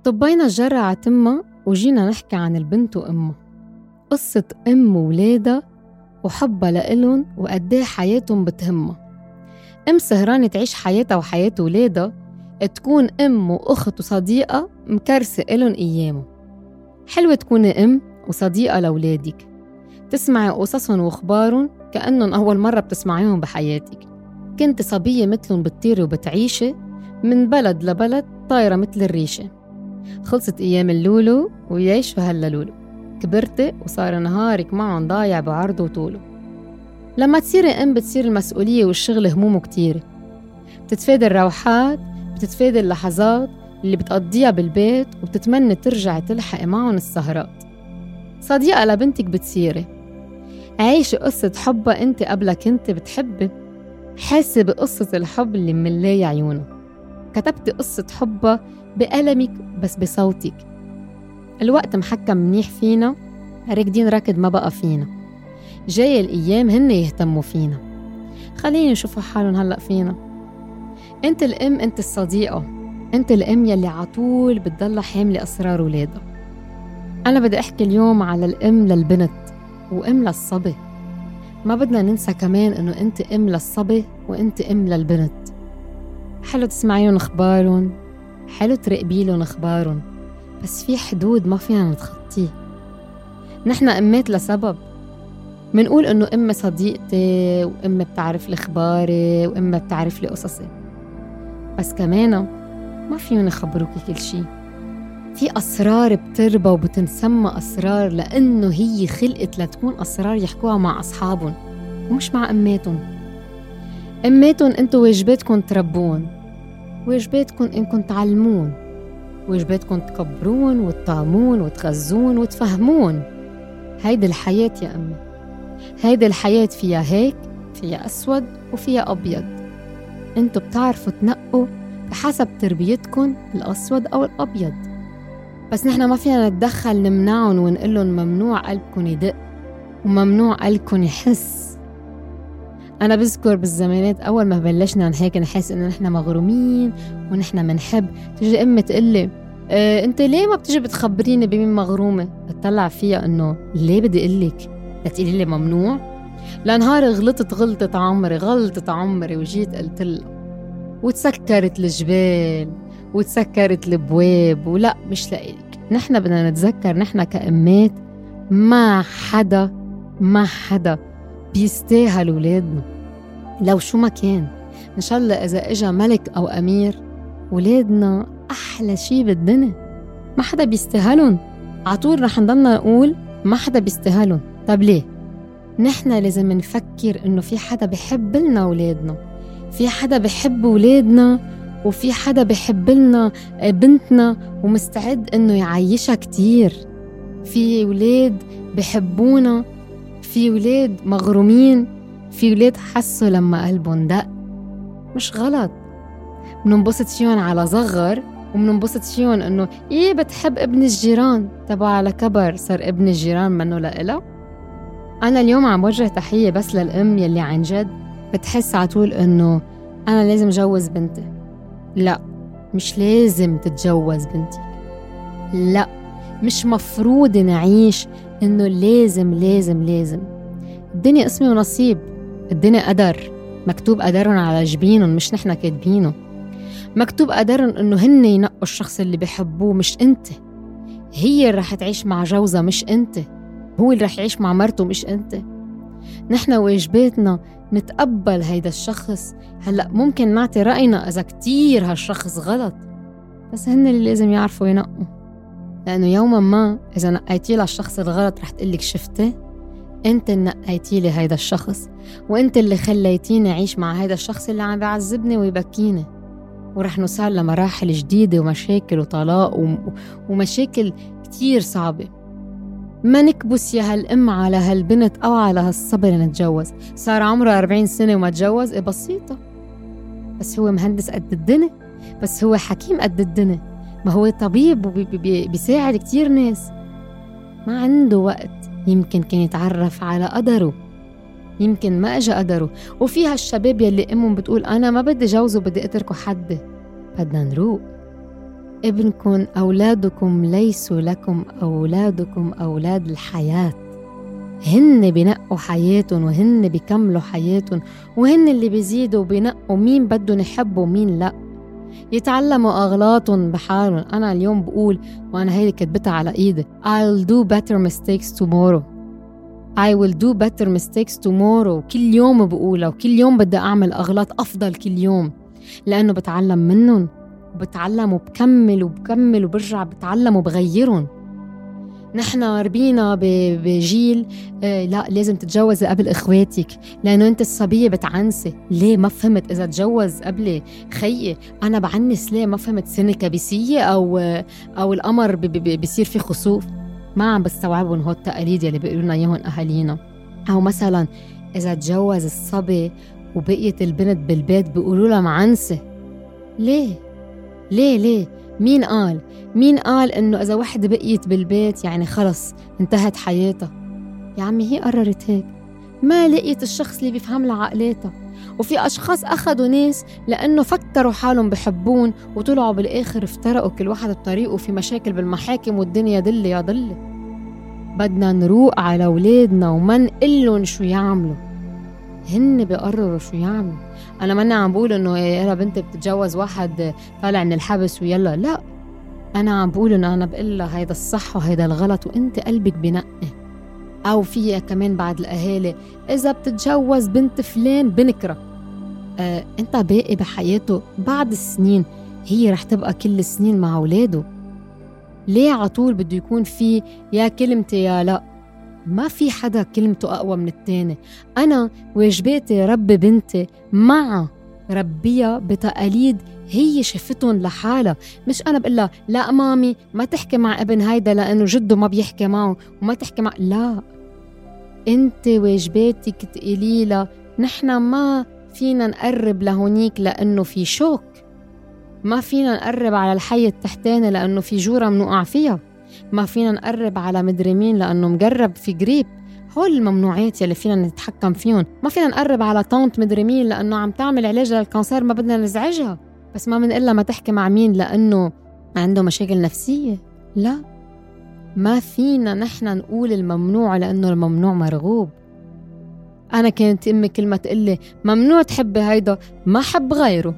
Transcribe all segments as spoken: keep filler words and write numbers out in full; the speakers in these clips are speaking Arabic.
طبينا الجرة على تمها وجينا نحكي عن البنت وأمها، قصة أم وولادها وحبها لإلن وقديه حياتهم بتهمها. أم سهرانة تعيش حياتها وحياة ولادها، تكون أم وأخت وصديقة مكرسة إلن أيامه. حلوة تكوني أم وصديقة لولادك، تسمعي قصصهم وأخبارهم كأنهم أول مرة بتسمعيهم بحياتك. كنت صبية مثلهم بتطيري وبتعيشي من بلد لبلد طايرة مثل الريشة. خلصت أيام اللولو ويعيشوا هلا لولو، كبرتي وصار نهارك معهم ضايع بعرضه وطوله. لما تصيري أم بتصير المسؤولية والشغل همومه كتير، بتتفادي الروحات، بتتفادي اللحظات اللي بتقضيها بالبيت، وبتتمنى ترجع تلحق معهم السهرات. صديقة لبنتك بتصيري، عايشة قصة حبها انت قبل كنت بتحبي، حاسة بقصة الحب اللي مملاية عيونه، كتبتي قصة حبها بقلمك بس بصوتك. الوقت محكم منيح فينا، راكدين ركض ما بقى فينا، جاي الأيام هن يهتموا فينا، خليني نشوفوا حالهم هلأ فينا. انت الأم، انت الصديقة، انت الأم يلي عطول بتضل حاملة أسرار ولادها. أنا بدي أحكي اليوم على الأم للبنت وأم للصبي. ما بدنا ننسى كمان إنه أنت أم للصبي وأنت أم للبنت. حلو تسمعيهم أخبارهم، حلو تراقبيلهم أخبارهم، بس في حدود ما فينا نتخطيه. نحن أمات لسبب، منقول إنه أم صديقتي وأم بتعرف لي أخباري وأم بتعرف لي قصصي، بس كمان ما فيهم يخبروكي كل شي. في أسرار بتربى وبتنسمى أسرار لأنه هي خلقت لتكون أسرار يحكوها مع أصحابهم ومش مع أماتهم. أماتهم أنتوا واجباتكم تربون، واجباتكم إنكم تعلمون، واجباتكم تكبرون وتطعمون وتغذون وتفهمون. هيدي الحياة يا أمي، هيدي الحياة فيها هيك، فيها أسود وفيها أبيض. أنتوا بتعرفوا تنقوا بحسب تربيتكم الأسود أو الأبيض، بس نحن ما فينا نتدخل نمنعهم ونقلهم ممنوع قلبكم يدق وممنوع قلبكم يحس. أنا بذكر بالزمانات أول ما بلشنا هيك نحس إنه نحن مغرومين ونحن منحب، تجي أمي تقلي اه أنت ليه ما بتجي بتخبريني بمين مغرومة؟ أطلع فيها إنه ليه بدي قلك لتقولي لي ممنوع؟ لنهار غلطت غلطت عمري غلطت عمري وجيت قلت لها، وتسكرت الجبال وتسكرت البواب، ولا مش لإلك. نحن بدنا نتذكر نحن كأمات ما حدا ما حدا بيستاهل ولادنا لو شو ما كان. إن شاء الله إذا إجا ملك أو أمير، ولادنا أحلى شي بالدنيا، ما حدا بيستاهلون. عطول رح نضلنا نقول ما حدا بيستاهلون. طب ليه؟ نحن لازم نفكر إنه في حدا بيحب لنا ولادنا، في حدا بيحب ولادنا، وفي حدا بيحب لنا بنتنا ومستعد إنه يعيشها كتير. في ولاد بيحبونا، في ولاد مغرومين، في ولاد حسوا لما قلبهم دق. مش غلط، مننبسط فيهم على صغر ومننبسط فيهم إنه إيه بتحب ابن الجيران، تبع على كبر صار ابن الجيران منه لإله. أنا اليوم عم وجه تحية بس للأم يلي عن جد بتحس عطول إنه أنا لازم جوز بنتي. لا، مش لازم تتجوز بنتي، لا، مش مفروض نعيش إنه لازم لازم لازم. الدنيا اسمي ونصيب، الدنيا قدر، مكتوب قدرهم على جبينهم مش نحن كاتبينه. مكتوب قدرهم إنه هن ينقوا الشخص اللي بيحبوه مش أنت. هي اللي رح تعيش مع جوزها مش أنت، هو اللي رح يعيش مع مرته مش أنت. نحن واجباتنا نتقبل هيدا الشخص. هلأ ممكن نعطي رأينا إذا كتير هالشخص غلط، بس هن اللي لازم يعرفوا ينقوا، لأنه يوما ما إذا نقيتي للشخص الغلط رح تقلك شفتي أنت نقيتي لي هيدا الشخص، وأنت اللي خليتيني أعيش مع هيدا الشخص اللي عم بيعذبني ويبكيني. ورح نوصل لمراحل جديدة ومشاكل وطلاق ومشاكل كتير صعبة. ما نكبس يا هالأم على هالبنت أو على هالصبي اللي نتجوز. صار عمره أربعين سنة وما تجوز، إيه بسيطة، بس هو مهندس قد الدنيا، بس هو حكيم قد الدنيا، ما هو طبيب وبيساعد كتير ناس. ما عنده وقت، يمكن كان يتعرف على قدره، يمكن ما أجا قدره. وفيها الشباب يلي أمهم بتقول أنا ما بدي جوزه بدي أتركه حدي. بدنا نروق، ابنكم أولادكم ليسوا لكم، أولادكم أولاد الحياة. هن بينقوا حياتهم وهن بيكملوا حياتهم، وهن اللي بيزيدوا بينقوا مين بدهم يحبوا ومين لا. يتعلموا أغلاطهم بحالهم. أنا اليوم بقول، وأنا هيدي كتبتها على إيدي، I'll do better mistakes tomorrow. I will do better mistakes tomorrow. كل يوم بقولها، وكل يوم بدي أعمل أغلاط أفضل كل يوم، لأنه بتعلم منهم وبتعلم وبكمل وبكمل وبرجع بتعلم وبغيرهم. نحن ربينا بجيل آه لا لازم تتجوزي قبل إخواتك لأنه أنت الصبية بتعنسي. ليه؟ ما فهمت. إذا تجوز قبل خيي أنا بعنس. ليه؟ ما فهمت. سنة كبسية أو أو القمر بيصير في خسوف. ما عم بستوعبهم هو التقاليد اللي بيقولوا لنا إياهم أهالينا. أو مثلا إذا تجوز الصبي وبقيت البنت بالبيت بيقولوا لها معنسة. ليه؟ ليه ليه؟ مين قال؟ مين قال إنه إذا واحدة بقيت بالبيت يعني خلص انتهت حياتها؟ يا عمي هي قررت هيك، ما لقيت الشخص اللي بيفهم لها عقلاتها. وفي أشخاص أخذوا ناس لأنه فكروا حالهم بحبون وطلعوا بالآخر افترقوا كل واحد بطريقه، في مشاكل بالمحاكم والدنيا دل يا دل. بدنا نروق على أولادنا وما نقلن شو يعملوا، هن بيقرروا شو يعملوا. أنا ماني عم بقول إنه أنا بنتي بتتجوز واحد طالع من الحبس ويلا، لا. أنا عم بقول إنه أنا بقلها هيدا الصح وهيدا الغلط وإنت قلبك بنقي. أو فيها كمان بعد الأهالي إذا بتتجوز بنت فلان بنكره. آه، أنت باقي بحياته بعد السنين، هي رح تبقى كل السنين مع أولاده. ليه عطول بده يكون في يا كلمتي يا لا؟ ما في حدا كلمته أقوى من التاني. أنا واجباتي ربي بنتي مع ربيها بتقاليد هي شفتهم لحالها، مش أنا بقولها لا مامي ما تحكي مع ابن هيدا لأنه جده ما بيحكي معه وما تحكي مع. لا، أنت واجباتك تقليلها. نحنا ما فينا نقرب لهونيك لأنه في شوك، ما فينا نقرب على الحي التحتاني لأنه في جورة منوقع فيها، ما فينا نقرب على مدري مين لأنه مقرب في قريب. هول الممنوعات يلي فينا نتحكم فيهم. ما فينا نقرب على طنط مدري مين لأنه عم تعمل علاج للكانسر ما بدنا نزعجها، بس ما منقلها ما تحكي مع مين لأنه عنده مشاكل نفسية. لا، ما فينا نحن نقول الممنوع لأنه الممنوع مرغوب. أنا كانت أمي كلمة تقلي ممنوع تحبي هيدا ما حب غيره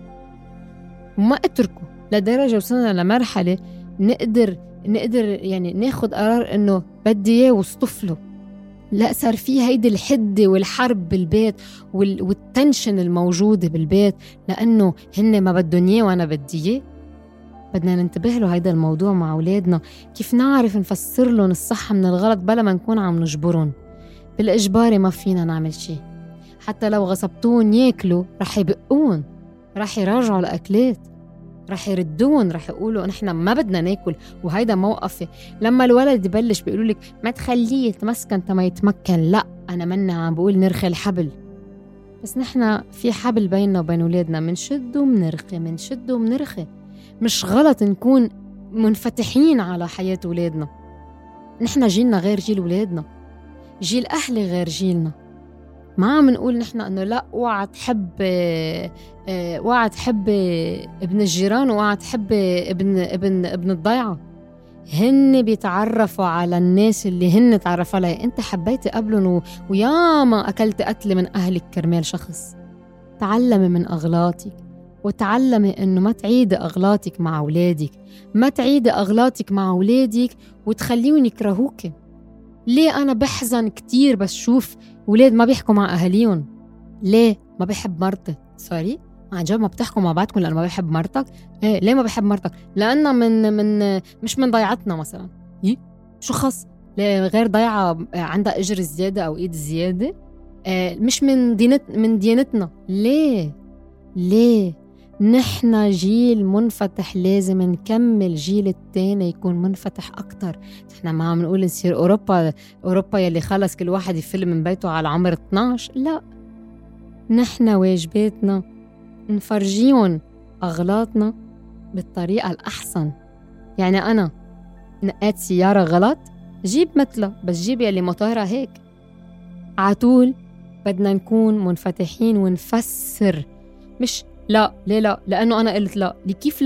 وما أتركه، لدرجة وصلنا لمرحلة نقدر نقدر يعني ناخد قرار إنه بدي إياه واصطفله. لا، صار في هيدي الحدة والحرب بالبيت وال... والتنشن الموجودة بالبيت لأنه هن ما بدهم إياه وأنا بدي إياه. بدنا ننتبه له هيدا الموضوع مع أولادنا، كيف نعرف نفسر لهم الصح من الغلط بلا ما نكون عم نجبرهم. بالإجباري ما فينا نعمل شيء، حتى لو غصبتون ياكلوا رح يبقون، رح يراجعوا الأكلات، رح يردون، رح يقولوا نحن ما بدنا ناكل. وهيدا موقفي. لما الولد يبلش بيقولوا لك ما تخليه يتمسكن تما يتمكن، لا أنا منا عم بقول نرخي الحبل، بس نحن في حبل بيننا وبين أولادنا منشد ومنرخي منشد ومنرخي. مش غلط نكون منفتحين على حياة أولادنا. نحن جيلنا غير جيل أولادنا، جيل أهلي غير جيلنا. ما عم نقول نحن انه لا اوعى تحب اوعى تحب ابن الجيران واوعى تحب ابن ابن ابن الضيعه. هن بيتعرفوا على الناس اللي هن تعرفوا عليها. انت حبيتي قبلهم وياما اكلت قتل من اهلك كرمال شخص. تعلمي من اغلاطك وتعلمي انه ما تعيدي اغلاطك مع اولادك، ما تعيدي اغلاطك مع اولادك وتخليهم يكرهوك. ليه أنا بحزن كتير بس شوف ولاد ما بيحكوا مع أهاليهم؟ ليه ما بيحب مرتي؟ سوري عن جد ما بتحكوا مع بعضكم لأنه ما بيحب مرتك؟ إيه ليه ما بيحب مرتك؟ لأنه من من مش من ضيعتنا مثلا. إيه شو خص؟ ليه غير ضيعة عندها إجر زيادة أو إيد زيادة؟ إيه مش من دينت من ديانتنا. ليه؟ ليه؟ نحن جيل منفتح، لازم نكمل جيل التاني يكون منفتح أكتر. نحن ما عم نقول نصير أوروبا أوروبا يلي خلص كل واحد يفل من بيته على عمر اثناشر. لا، نحن واجباتنا نفرجيهم أغلاطنا بالطريقة الأحسن. يعني أنا نقيت سيارة غلط، جيب مثلها، بس جيب يلي موتورها هيك. عطول بدنا نكون منفتحين ونفسر، مش لا ليه لا لأنه أنا قلت لا. لي كيف لا؟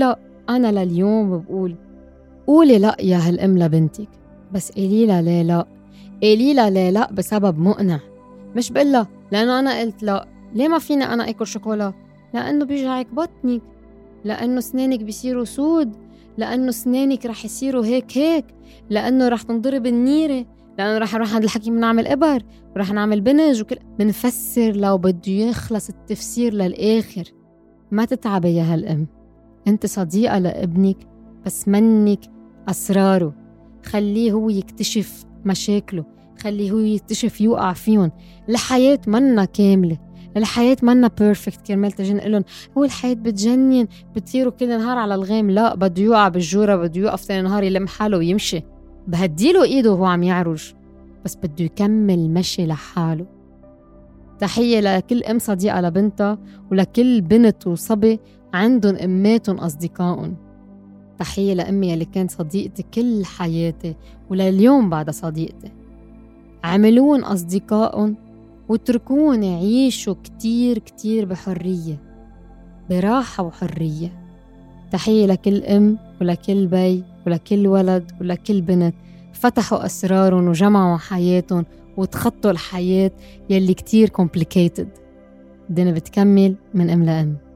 أنا لليوم بقول قولي لأ يا هالأم لبنتك، بس قولي لها ليه لأ. قولي لها ليه لأ بسبب مقنع، مش بقلها لأنه أنا قلت لأ. ليه ما فيني أنا أكل شوكولا؟ لأنه بيجعك بطنك، لأنه سنانك بيصيروا سود، لأنه سنانك رح يصيروا هيك هيك، لأنه رح تنضرب النيرة، لأنه رح نروح عند الحكيم نعمل إبر ورح نعمل بنج وكل. منفسر لو بده يخلص التفسير للآخر. ما تتعبي يا هالأم، أنت صديقة لابنك بس منك أسراره. خليه هو يكتشف مشاكله، خليه هو يكتشف يوقع فيهم. الحياة منا كاملة، الحياة منا بيرفكت كرمال تجي نقلن هو الحياة بتجنن بتطيروا كل نهار على الغيم. لا، بده يوقع بالجورة، بده يوقف ثاني نهار يلم حاله ويمشي. بهديله إيده وهو عم يعرج، بس بده يكمل مشي لحاله. تحية لكل أم صديقة لبنتها، ولكل بنت وصبي عندهم أماتهم أصدقائهم. تحية لأمي اللي كانت صديقتي كل حياتي ولليوم بعد صديقتي. عملون أصدقائهم وتركون يعيشوا كتير كتير بحرية، براحة وحرية. تحية لكل أم ولكل بي ولكل ولد ولكل بنت فتحوا أسرارهم وجمعوا حياتهم وتخطوا الحياة يلي كتير complicated. دينا بتكمل من أم لأم.